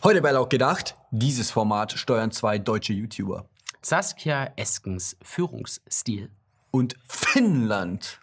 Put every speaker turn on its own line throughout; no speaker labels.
Heute bei Laut gedacht, dieses Format steuern zwei deutsche YouTuber.
Saskia Eskens Führungsstil.
Und Finnland.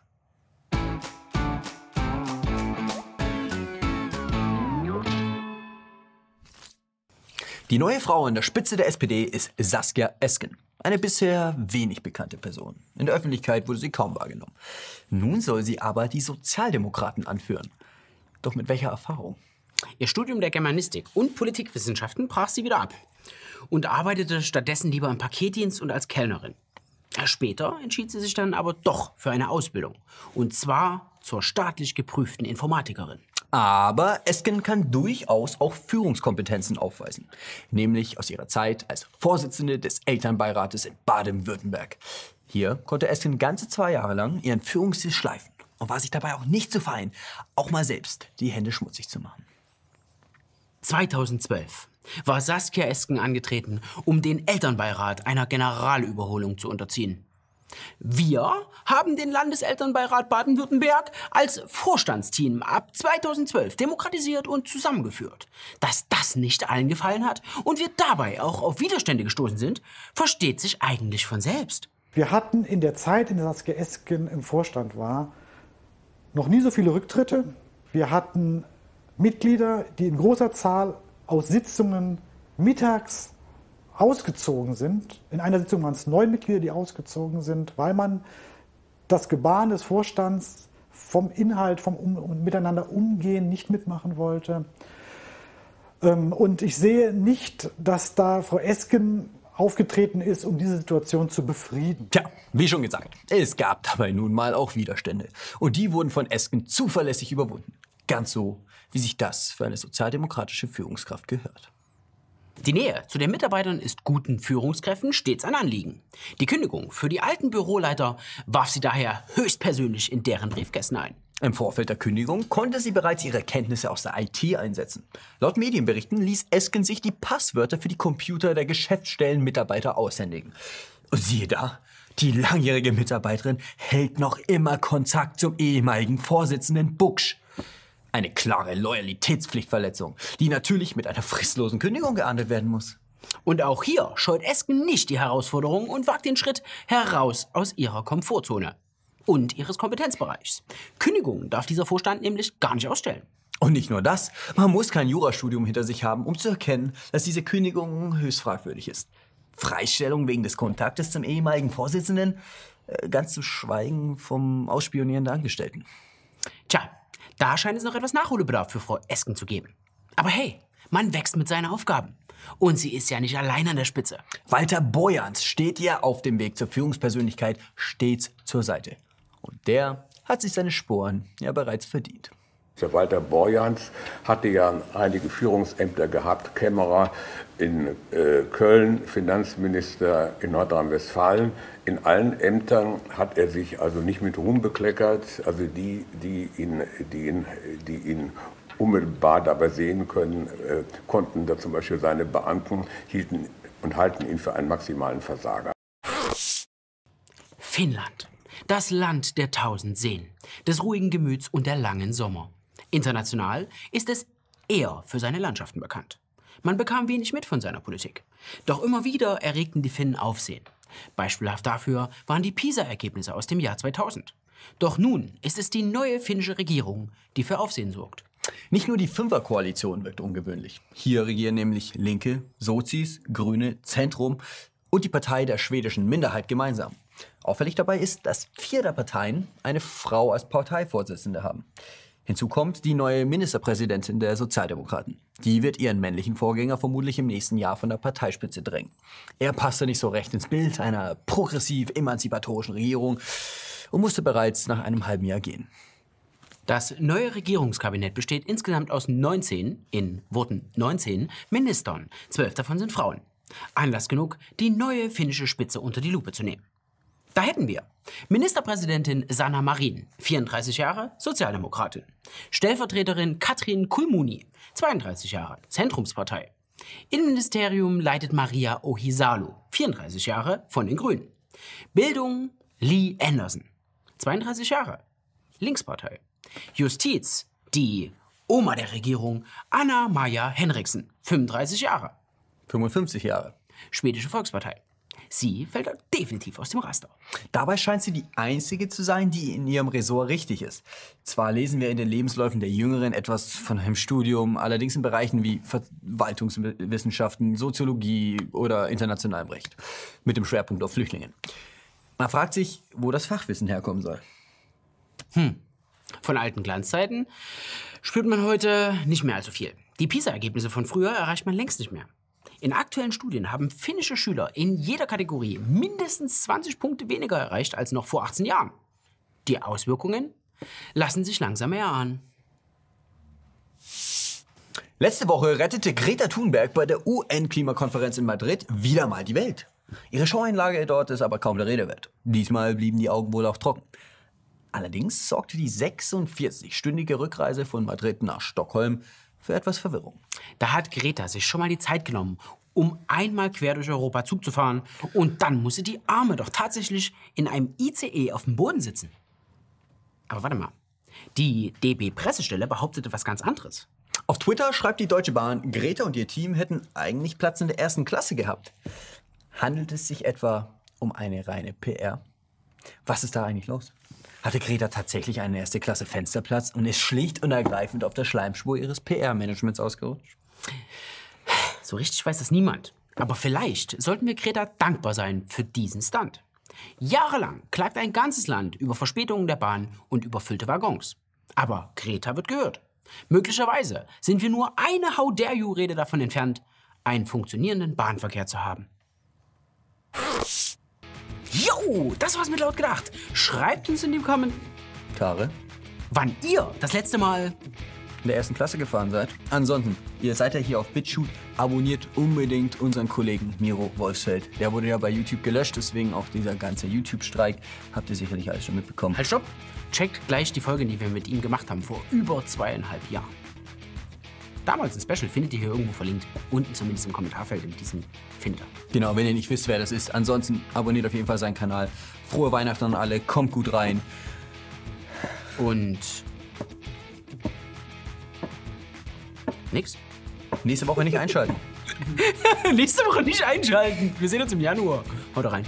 Die neue Frau an der Spitze der SPD ist Saskia Esken. Eine bisher wenig bekannte Person. In der Öffentlichkeit wurde sie kaum wahrgenommen. Nun soll sie aber die Sozialdemokraten anführen. Doch mit welcher Erfahrung?
Ihr Studium der Germanistik und Politikwissenschaften brach sie wieder ab und arbeitete stattdessen lieber im Paketdienst und als Kellnerin. Später entschied sie sich dann aber doch für eine Ausbildung. Und zwar zur staatlich geprüften Informatikerin.
Aber Esken kann durchaus auch Führungskompetenzen aufweisen. Nämlich aus ihrer Zeit als Vorsitzende des Elternbeirates in Baden-Württemberg. Hier konnte Esken ganze 2 Jahre lang ihren Führungsstil schleifen und war sich dabei auch nicht zu fein, auch mal selbst die Hände schmutzig zu machen.
2012 war Saskia Esken angetreten, um den Elternbeirat einer Generalüberholung zu unterziehen. Wir haben den Landeselternbeirat Baden-Württemberg als Vorstandsteam ab 2012 demokratisiert und zusammengeführt. Dass das nicht allen gefallen hat und wir dabei auch auf Widerstände gestoßen sind, versteht sich eigentlich von selbst.
Wir hatten in der Zeit, in der Saskia Esken im Vorstand war, noch nie so viele Rücktritte. Wir hatten Mitglieder, die in großer Zahl aus Sitzungen mittags ausgezogen sind. In einer Sitzung waren es 9 Mitglieder, die ausgezogen sind, weil man das Gebaren des Vorstands vom Inhalt, vom Miteinander umgehen nicht mitmachen wollte. Und ich sehe nicht, dass da Frau Esken aufgetreten ist, um diese Situation zu befrieden.
Tja, wie schon gesagt, es gab dabei nun mal auch Widerstände. Und die wurden von Esken zuverlässig überwunden. Ganz so, wie sich das für eine sozialdemokratische Führungskraft gehört.
Die Nähe zu den Mitarbeitern ist guten Führungskräften stets ein Anliegen. Die Kündigung für die alten Büroleiter warf sie daher höchstpersönlich in deren Briefkästen ein.
Im Vorfeld der Kündigung konnte sie bereits ihre Kenntnisse aus der IT einsetzen. Laut Medienberichten ließ Esken sich die Passwörter für die Computer der Geschäftsstellenmitarbeiter aushändigen. Und siehe da, die langjährige Mitarbeiterin hält noch immer Kontakt zum ehemaligen Vorsitzenden Buksch. Eine klare Loyalitätspflichtverletzung, die natürlich mit einer fristlosen Kündigung geahndet werden muss.
Und auch hier scheut Esken nicht die Herausforderung und wagt den Schritt heraus aus ihrer Komfortzone und ihres Kompetenzbereichs. Kündigungen darf dieser Vorstand nämlich gar nicht ausstellen.
Und nicht nur das, man muss kein Jurastudium hinter sich haben, um zu erkennen, dass diese Kündigung höchst fragwürdig ist. Freistellung wegen des Kontaktes zum ehemaligen Vorsitzenden, ganz zu schweigen vom Ausspionieren der Angestellten.
Tja, da scheint es noch etwas Nachholbedarf für Frau Esken zu geben. Aber hey, man wächst mit seinen Aufgaben. Und sie ist ja nicht allein an der Spitze.
Walter Borjans steht ihr auf dem Weg zur Führungspersönlichkeit stets zur Seite. Und der hat sich seine Sporen ja bereits verdient.
Der Walter Borjans hatte ja einige Führungsämter gehabt, Kämmerer in Köln, Finanzminister in Nordrhein-Westfalen. In allen Ämtern hat er sich also nicht mit Ruhm bekleckert, also die ihn unmittelbar dabei sehen können, konnten da zum Beispiel seine Beamten hielten und halten ihn für einen maximalen Versager.
Finnland, das Land der 1000 Seen, des ruhigen Gemüts und der langen Sommer. International ist es eher für seine Landschaften bekannt. Man bekam wenig mit von seiner Politik. Doch immer wieder erregten die Finnen Aufsehen. Beispielhaft dafür waren die PISA-Ergebnisse aus dem Jahr 2000. Doch nun ist es die neue finnische Regierung, die für Aufsehen sorgt.
Nicht nur die Fünferkoalition wirkt ungewöhnlich. Hier regieren nämlich Linke, Sozis, Grüne, Zentrum und die Partei der schwedischen Minderheit gemeinsam. Auffällig dabei ist, dass 4 der Parteien eine Frau als Parteivorsitzende haben. Hinzu kommt die neue Ministerpräsidentin der Sozialdemokraten. Die wird ihren männlichen Vorgänger vermutlich im nächsten Jahr von der Parteispitze drängen. Er passte nicht so recht ins Bild einer progressiv-emanzipatorischen Regierung und musste bereits nach einem halben Jahr gehen.
Das neue Regierungskabinett besteht insgesamt aus 19, in Worten 19, Ministern. 12 davon sind Frauen. Anlass genug, die neue finnische Spitze unter die Lupe zu nehmen. Da hätten wir Ministerpräsidentin Sanna Marin, 34 Jahre, Sozialdemokratin. Stellvertreterin Katrin Kulmuni, 32 Jahre, Zentrumspartei. Innenministerium leitet Maria Ohisalo, 34 Jahre, von den Grünen. Bildung Lee Anderson, 32 Jahre, Linkspartei. Justiz die Oma der Regierung, Anna-Maja Henriksen, 35 Jahre.
55 Jahre.
Schwedische Volkspartei. Sie fällt definitiv aus dem Raster.
Dabei scheint sie die einzige zu sein, die in ihrem Ressort richtig ist. Zwar lesen wir in den Lebensläufen der Jüngeren etwas von einem Studium, allerdings in Bereichen wie Verwaltungswissenschaften, Soziologie oder internationalem Recht. Mit dem Schwerpunkt auf Flüchtlingen. Man fragt sich, wo das Fachwissen herkommen soll.
Von alten Glanzzeiten spürt man heute nicht mehr allzu viel. Die PISA-Ergebnisse von früher erreicht man längst nicht mehr. In aktuellen Studien haben finnische Schüler in jeder Kategorie mindestens 20 Punkte weniger erreicht als noch vor 18 Jahren. Die Auswirkungen lassen sich langsam erahnen.
Letzte Woche rettete Greta Thunberg bei der UN-Klimakonferenz in Madrid wieder mal die Welt. Ihre Showeinlage dort ist aber kaum der Rede wert. Diesmal blieben die Augen wohl auch trocken. Allerdings sorgte die 46-stündige Rückreise von Madrid nach Stockholm für etwas Verwirrung.
Da hat Greta sich schon mal die Zeit genommen, um einmal quer durch Europa Zug zu fahren. Und dann musste die Arme doch tatsächlich in einem ICE auf dem Boden sitzen. Aber warte mal, die DB-Pressestelle behauptete was ganz anderes.
Auf Twitter schreibt die Deutsche Bahn, Greta und ihr Team hätten eigentlich Platz in der ersten Klasse gehabt. Handelt es sich etwa um eine reine PR? Was ist da eigentlich los? Hatte Greta tatsächlich einen erste Klasse Fensterplatz und ist schlicht und ergreifend auf der Schleimspur ihres PR-Managements ausgerutscht?
So richtig weiß das niemand. Aber vielleicht sollten wir Greta dankbar sein für diesen Stunt. Jahrelang klagt ein ganzes Land über Verspätungen der Bahn und überfüllte Waggons. Aber Greta wird gehört. Möglicherweise sind wir nur eine How dare you Rede davon entfernt, einen funktionierenden Bahnverkehr zu haben. Jo, das war's mit laut gedacht. Schreibt uns in die
Kommentare,
wann ihr das letzte Mal
in der ersten Klasse gefahren seid. Ansonsten, ihr seid ja hier auf BitChute. Abonniert unbedingt unseren Kollegen Miro Wolfsfeld. Der wurde ja bei YouTube gelöscht, deswegen auch dieser ganze YouTube-Streik. Habt ihr sicherlich alles schon mitbekommen.
Halt, stopp! Checkt gleich die Folge, die wir mit ihm gemacht haben, vor über 2,5 Jahren. Damals ein Special findet ihr hier irgendwo verlinkt. Unten zumindest im Kommentarfeld in diesem findet ihr.
Genau, wenn ihr nicht wisst, wer das ist. Ansonsten abonniert auf jeden Fall seinen Kanal. Frohe Weihnachten an alle, kommt gut rein.
Und nix?
Nächste Woche nicht einschalten.
Nächste Woche nicht einschalten. Wir sehen uns im Januar. Haut rein.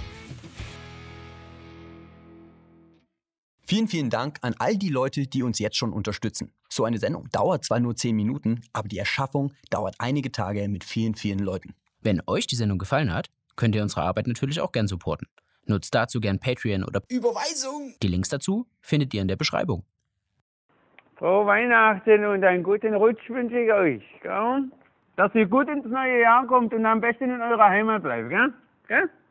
Vielen, vielen Dank an all die Leute, die uns jetzt schon unterstützen. So eine Sendung dauert zwar nur 10 Minuten, aber die Erschaffung dauert einige Tage mit vielen, vielen Leuten.
Wenn euch die Sendung gefallen hat, könnt ihr unsere Arbeit natürlich auch gern supporten. Nutzt dazu gern Patreon oder Überweisung. Die Links dazu findet ihr in der Beschreibung.
Frohe Weihnachten und einen guten Rutsch wünsche ich euch. Gell? Dass ihr gut ins neue Jahr kommt und am besten in eurer Heimat bleibt. Gell? Gell?